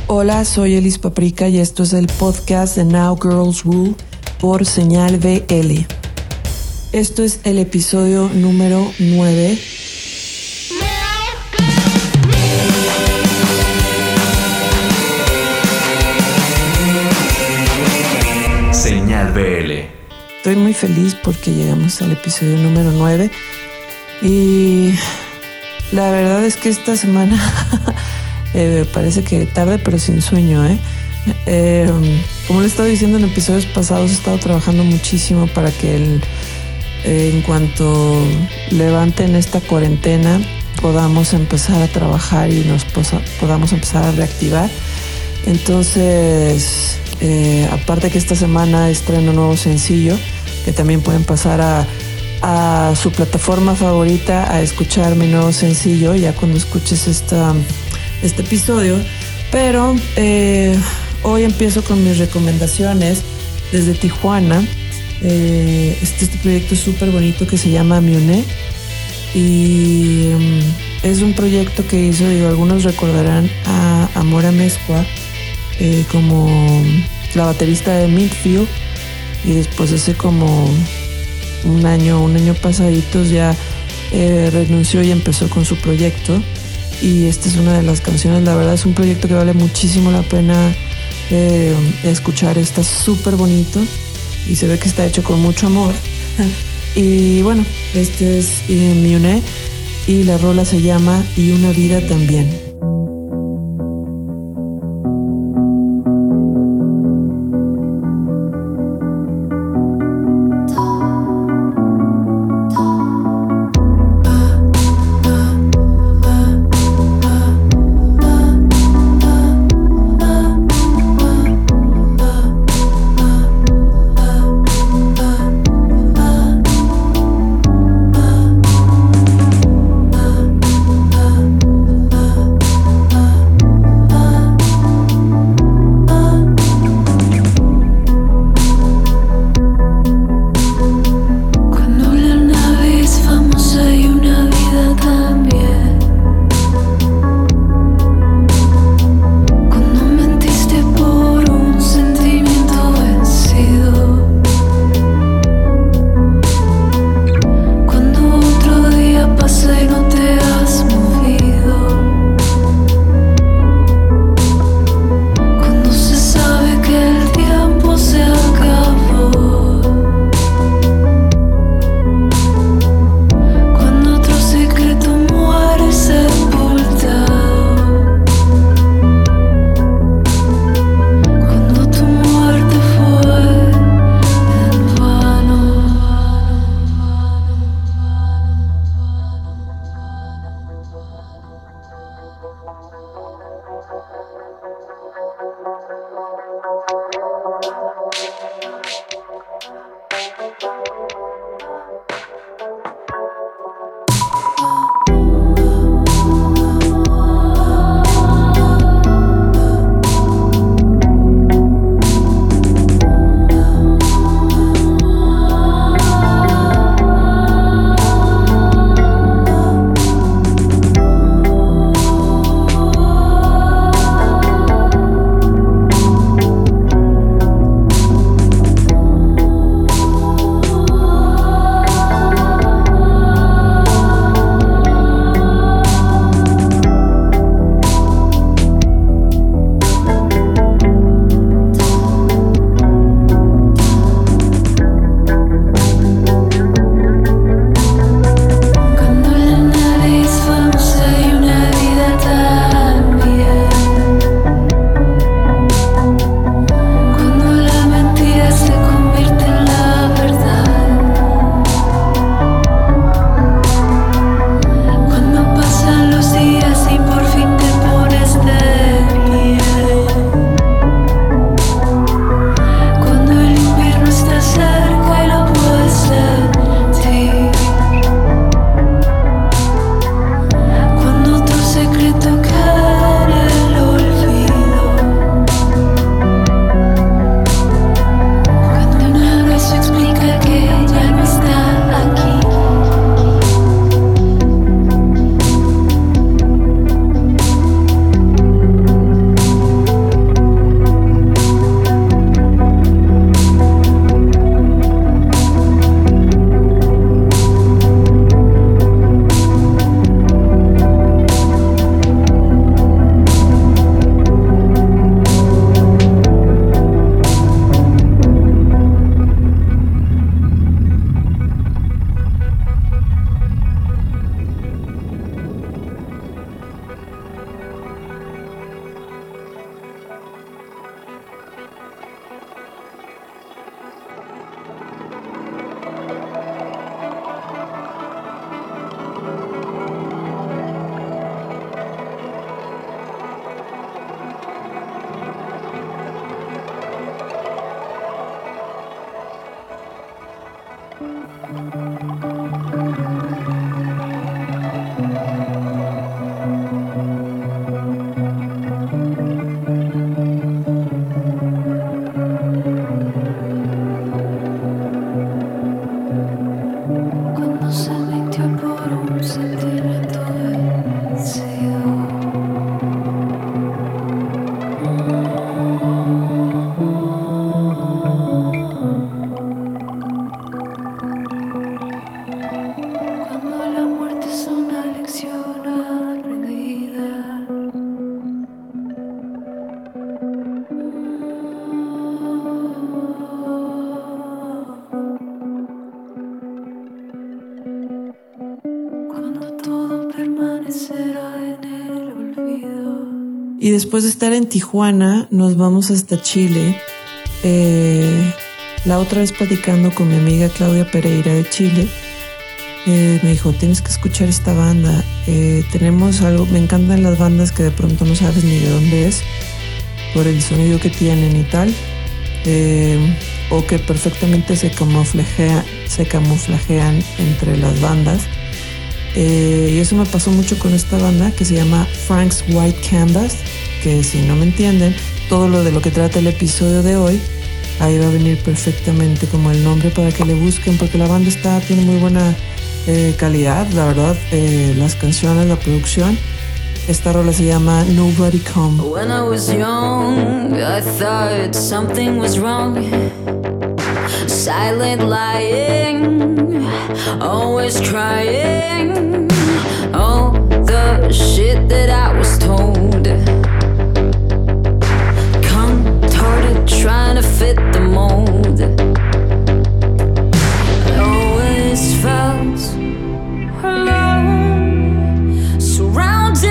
Hola, soy Elis Paprika y esto es el podcast de Now Girls Rule por Señal BL. Esto es el episodio número 9. Señal BL. Estoy muy feliz porque llegamos al episodio número 9 y la verdad es que esta semana parece que tarde pero sin sueño. Como le he estado diciendo en episodios pasados, he estado trabajando muchísimo para que en cuanto levanten esta cuarentena podamos empezar a trabajar y nos podamos empezar a reactivar. Entonces, aparte que esta semana estreno un nuevo sencillo, que también pueden pasar a su plataforma favorita a escuchar mi nuevo sencillo ya cuando escuches este episodio. Pero hoy empiezo con mis recomendaciones desde Tijuana. Este proyecto es súper bonito que se llama Miune y es un proyecto que hizo, algunos recordarán a Amora Mezcua como la baterista de Midfield, y después hace como un año pasaditos ya renunció y empezó con su proyecto. Y esta es una de las canciones. La verdad es un proyecto que vale muchísimo la pena escuchar. Está súper bonito y se ve que está hecho con mucho amor. Y bueno, este es Miune y la rola se llama Y una vida también. Y después de estar en Tijuana, nos vamos hasta Chile. La otra vez platicando con mi amiga Claudia Pereira de Chile, me dijo, tienes que escuchar esta banda. Tenemos algo, me encantan las bandas que de pronto no sabes ni de dónde es, por el sonido que tienen y tal, o que perfectamente se camuflajean entre las bandas. Y eso me pasó mucho con esta banda que se llama Frank's White Canvas, que si no me entienden, todo lo de lo que trata el episodio de hoy, ahí va a venir perfectamente como el nombre para que le busquen, porque la banda tiene muy buena calidad, la verdad, las canciones, la producción. Esta rola se llama Nobody Come. When I was young, I thought something was wrong. Silent lying, always crying. All the shit that I was told. Contorted, trying to fit the mold. I always felt alone, surrounded,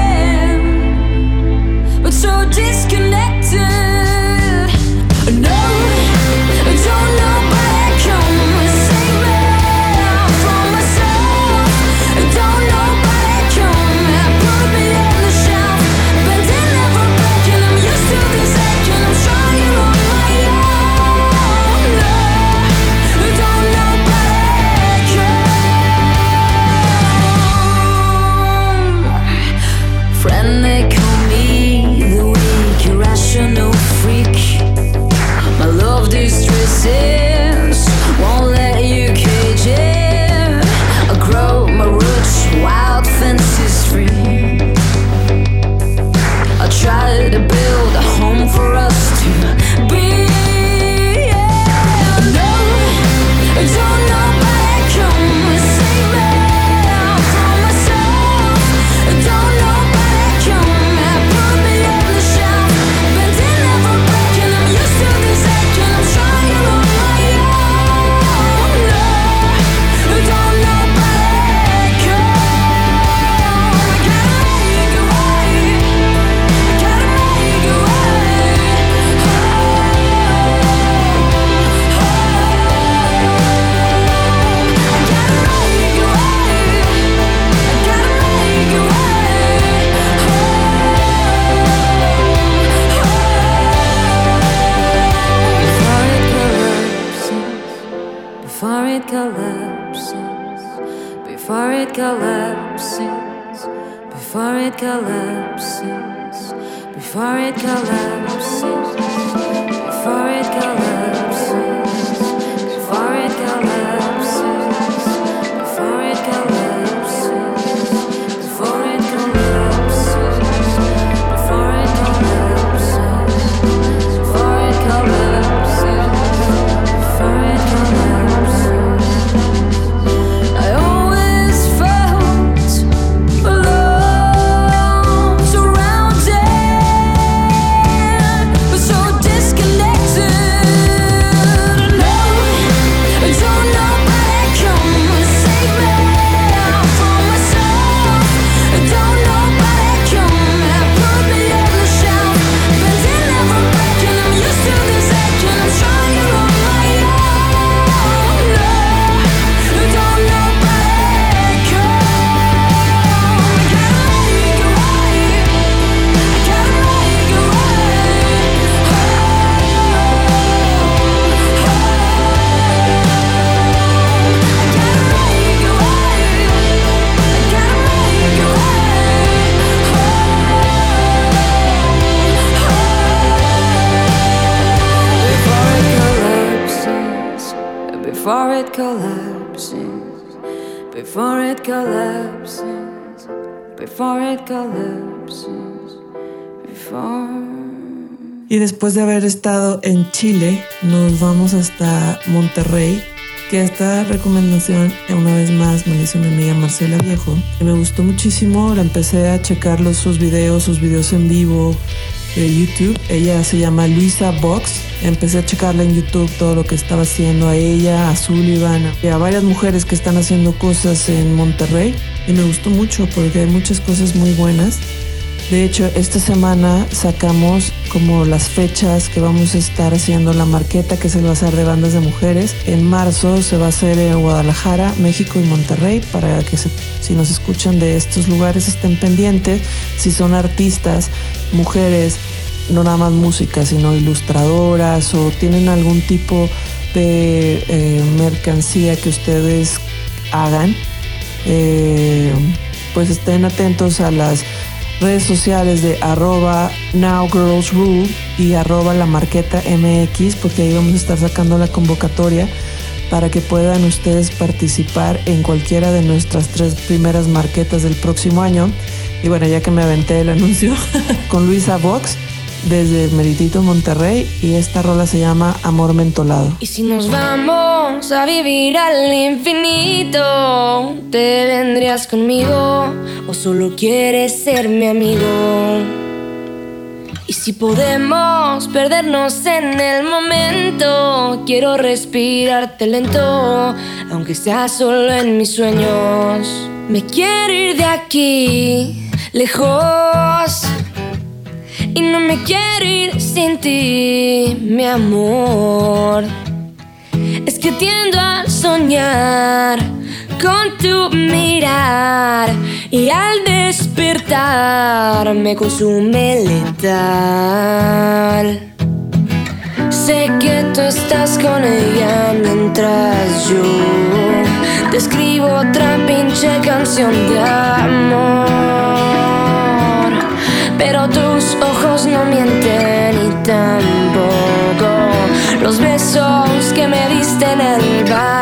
but so disconnected. No, don't nobody come and save me from myself. Don't nobody come and put me on the shelf. Bending never breaking, I'm used to this aching. I'm stronger on my own. No, don't nobody come. Friend, they call me the weak, irrational freak. My love distresses, won't let you cage it. I grow my roots, wild fences free. I try to build a home for us to be. No, don't nobody come and save me from myself. Don't nobody come and put me on the shelf. Bending never breaking, I'm used to this aching. I'm stronger on my own. No, don't nobody come. I gotta make it right. I gotta make it right. I gotta make it right. I gotta make it right. Before it collapses, before it collapses, before it collapses, before it collapses, before it collapses, before it collapses, before it collapses, before it collapses, before it collapses, before it collapses, before it collapses. I always felt alone, surrounded, but so disconnected. No, don't nobody come and save me from myself. Don't nobody come and put me on the shelf. Bending never breaking, I'm used to this aching. I'm stronger on my own. No, don't nobody come. I gotta make it right. I gotta make it right. I gotta make it right. I gotta make it right. Before it collapses, before it collapses, before it collapses, before. Y después de haber estado en Chile, nos vamos hasta Monterrey, que esta recomendación una vez más me la hizo mi amiga Marcela Viejo. Y me gustó muchísimo, la empecé a checar sus videos en vivo de YouTube. Ella se llama Luisa Box. Empecé a checarla en YouTube, todo lo que estaba haciendo, a ella, a Sullivan, y a varias mujeres que están haciendo cosas en Monterrey. Y me gustó mucho porque hay muchas cosas muy buenas. De hecho, esta semana sacamos como las fechas que vamos a estar haciendo la marqueta, que es el bazar de bandas de mujeres. En marzo se va a hacer en Guadalajara, México y Monterrey, para que si nos escuchan de estos lugares estén pendientes. Si son artistas, mujeres, no nada más música, sino ilustradoras o tienen algún tipo de mercancía que ustedes hagan, pues estén atentos a las redes sociales de @NowGirlsRule y @lamarquetamx, porque ahí vamos a estar sacando la convocatoria para que puedan ustedes participar en cualquiera de nuestras 3 primeras marquetas del próximo año. Y bueno, ya que me aventé el anuncio, con Luisa Vox desde Meritito, Monterrey, y esta rola se llama Amor Mentolado. Y si nos vamos a vivir al infinito, ¿te vendrías conmigo o solo quieres ser mi amigo? Y si podemos perdernos en el momento, quiero respirarte lento, aunque sea solo en mis sueños. Me quiero ir de aquí, lejos, y no me quiero ir sin ti, mi amor. Es que tiendo a soñar con tu mirar, y al despertar me consume letal. Sé que tú estás con ella mientras yo te escribo otra pinche canción de amor. Pero tus ojos no mienten y tampoco los besos que me diste en el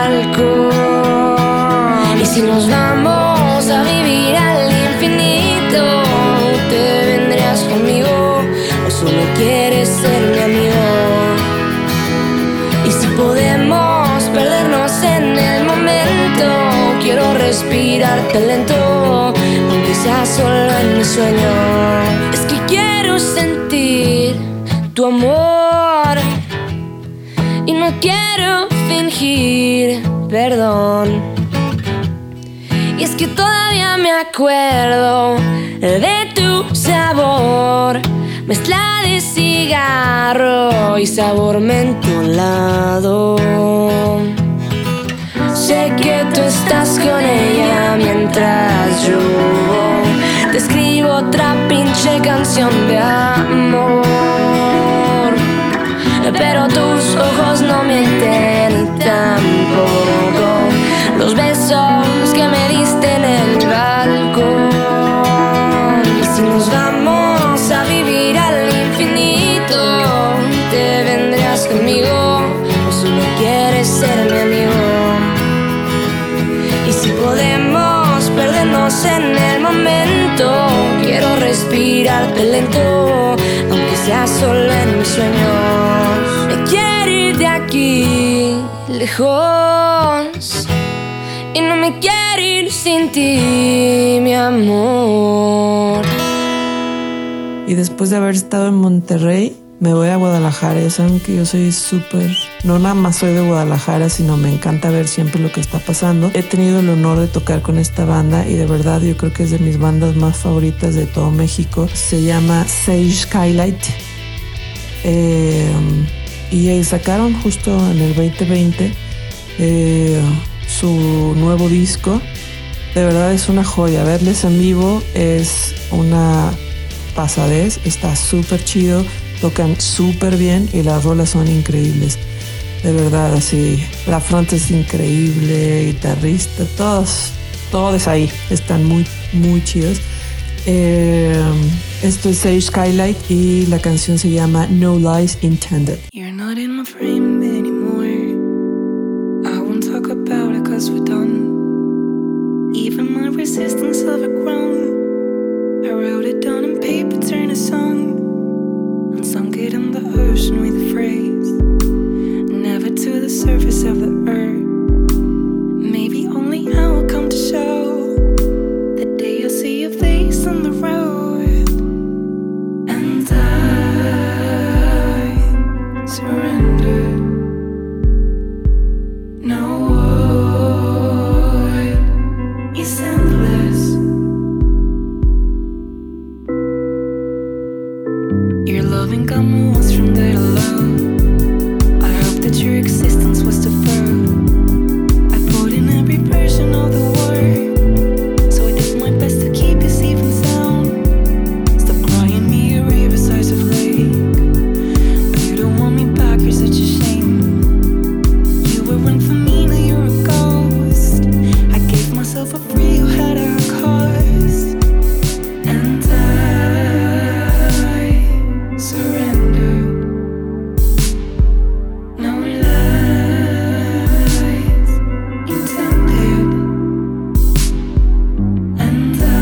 balcón. Y si nos vamos a vivir al infinito, ¿te vendrías conmigo o solo quieres ser mi amigo? Y si podemos perdernos en el momento, quiero respirarte lento, aunque sea solo en mi sueño. Es que quiero sentir tu amor y no quiero fingir perdón. Y es que todavía me acuerdo de tu sabor, mezcla de cigarro y sabor mentolado. Sé que tú estás con ella mientras yo te escribo otra pinche canción de amor. Pero tus ojos no mienten y tampoco los besos que me diste en el balcón. Y si nos vamos a vivir al infinito, ¿te vendrías conmigo o solo quieres ser mi amigo? Y si podemos perdernos en el momento, quiero respirarte lento, aunque sea solo en mis sueños. Me quiero ir de aquí, lejos, y no me quiero ir sin ti, mi amor. Y después de haber estado en Monterrey, me voy a Guadalajara. Ya saben que yo soy súper, no nada más soy de Guadalajara, sino me encanta ver siempre lo que está pasando. He tenido el honor de tocar con esta banda y de verdad yo creo que es de mis bandas más favoritas de todo México. Se llama Sage Skylight. Y sacaron justo en el 2020 su nuevo disco. De verdad es una joya. Verles en vivo es una pasadez. Está súper chido. Tocan súper bien y las rolas son increíbles. De verdad, así. La front es increíble, guitarrista, todos ahí. Están muy, muy chidos. Esto es Sage Skylight y la canción se llama No Lies Intended. You're not in my frame anymore. I won't talk about it 'cause we're done. Even my resistance overgrown. I wrote it down on paper, turned a song, and sunk it in the ocean with a phrase. Never to the surface of the earth. Maybe only I will come to show the day I see your face on the road. And I surrender. think I'm lost from there to love. I hope that your existence was deferred. I put in every version of the word, so I did my best to keep you safe and sound. Stop crying me a riverside of lake. You don't want me back, you're such a shame. You were one for me, now you're a ghost. I gave myself a free, you had a cost. And I surrendered. No lies intended. And I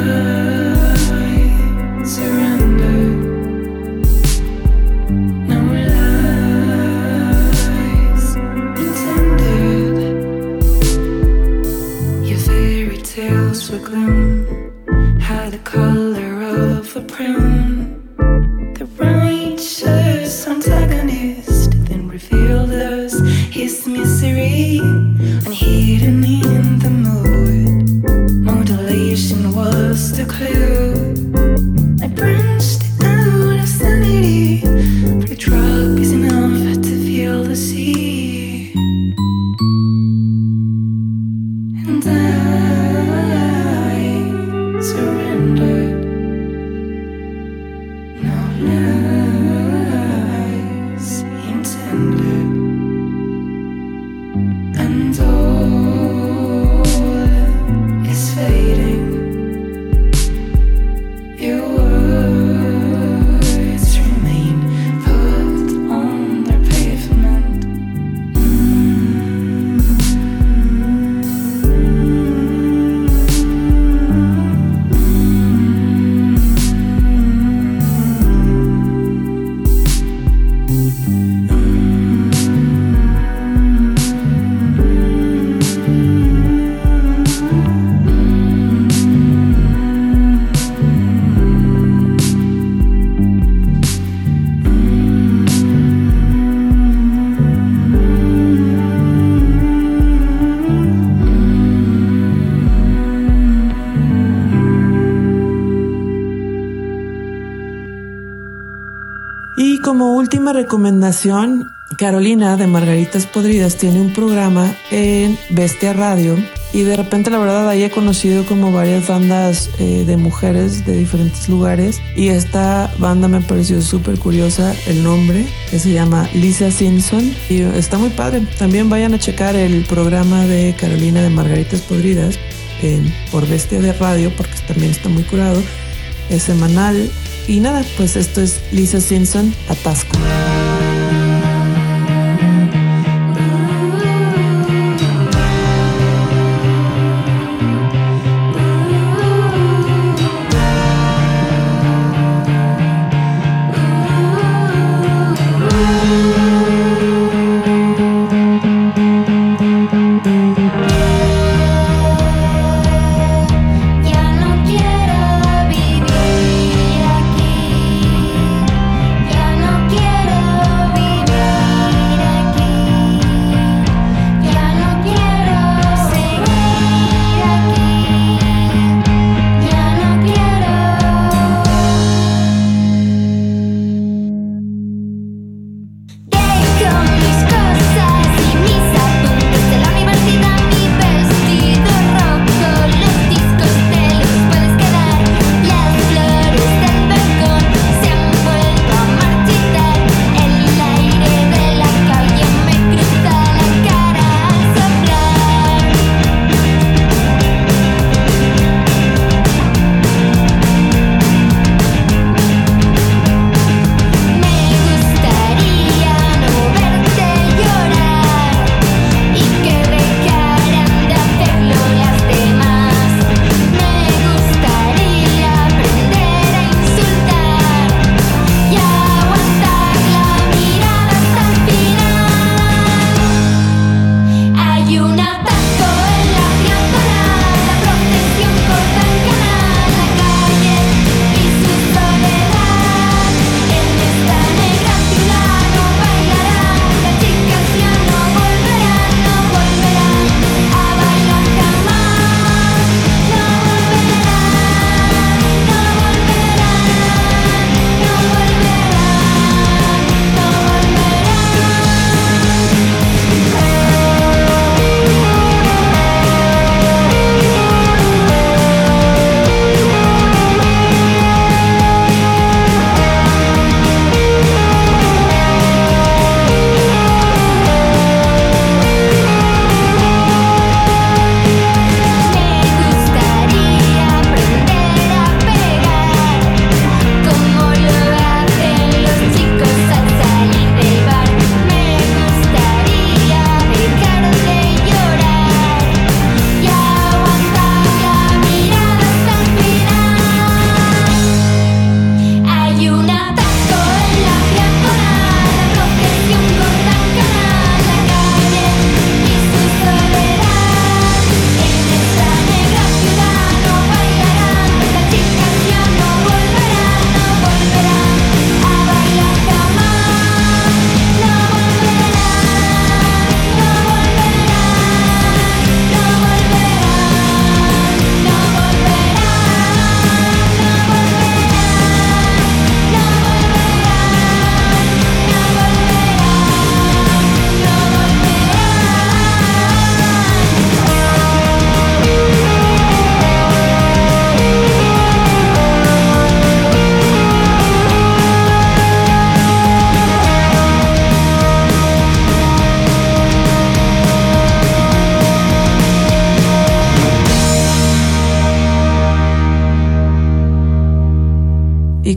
surrendered. No lies intended. Your fairy tales were gloom, had the color of a prune. The righteous antagonist then revealed us his misery, unhidden in the mood. Modulation was the clue. I branched out of sanity, for the drug is enough to feel the sea. And I surrendered. No lies intended. And all is fading. Your words remain put on their pavement. Y como última recomendación, Carolina de Margaritas Podridas tiene un programa en Bestia Radio y de repente la verdad ahí he conocido como varias bandas de mujeres de diferentes lugares y esta banda me pareció súper curiosa el nombre, que se llama Lisa Simpson y está muy padre. También vayan a checar el programa de Carolina de Margaritas Podridas por Bestia de Radio porque también está muy curado, es semanal. Y nada, pues esto es Lisa Simpson, Atasco. Ya no quiero vivir aquí. Ya no quiero vivir.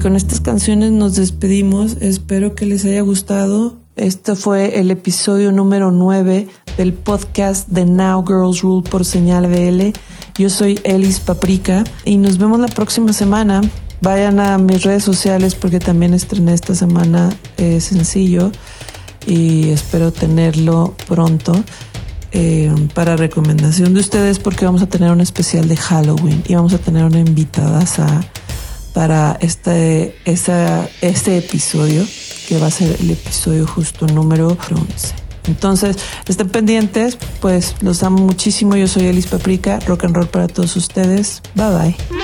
con estas canciones nos despedimos. Espero que les haya gustado. Este fue el episodio número 9 del podcast de Now Girls Rule por Señal BL. Yo soy Elis Paprika y nos vemos la próxima semana. Vayan a mis redes sociales porque también estrené esta semana sencillo y espero tenerlo pronto para recomendación de ustedes, porque vamos a tener un especial de Halloween y vamos a tener una invitadaza para este episodio, que va a ser el episodio justo número 11. Entonces, estén pendientes, pues los amo muchísimo. Yo soy Elis Paprika. Rock and roll para todos ustedes. Bye bye.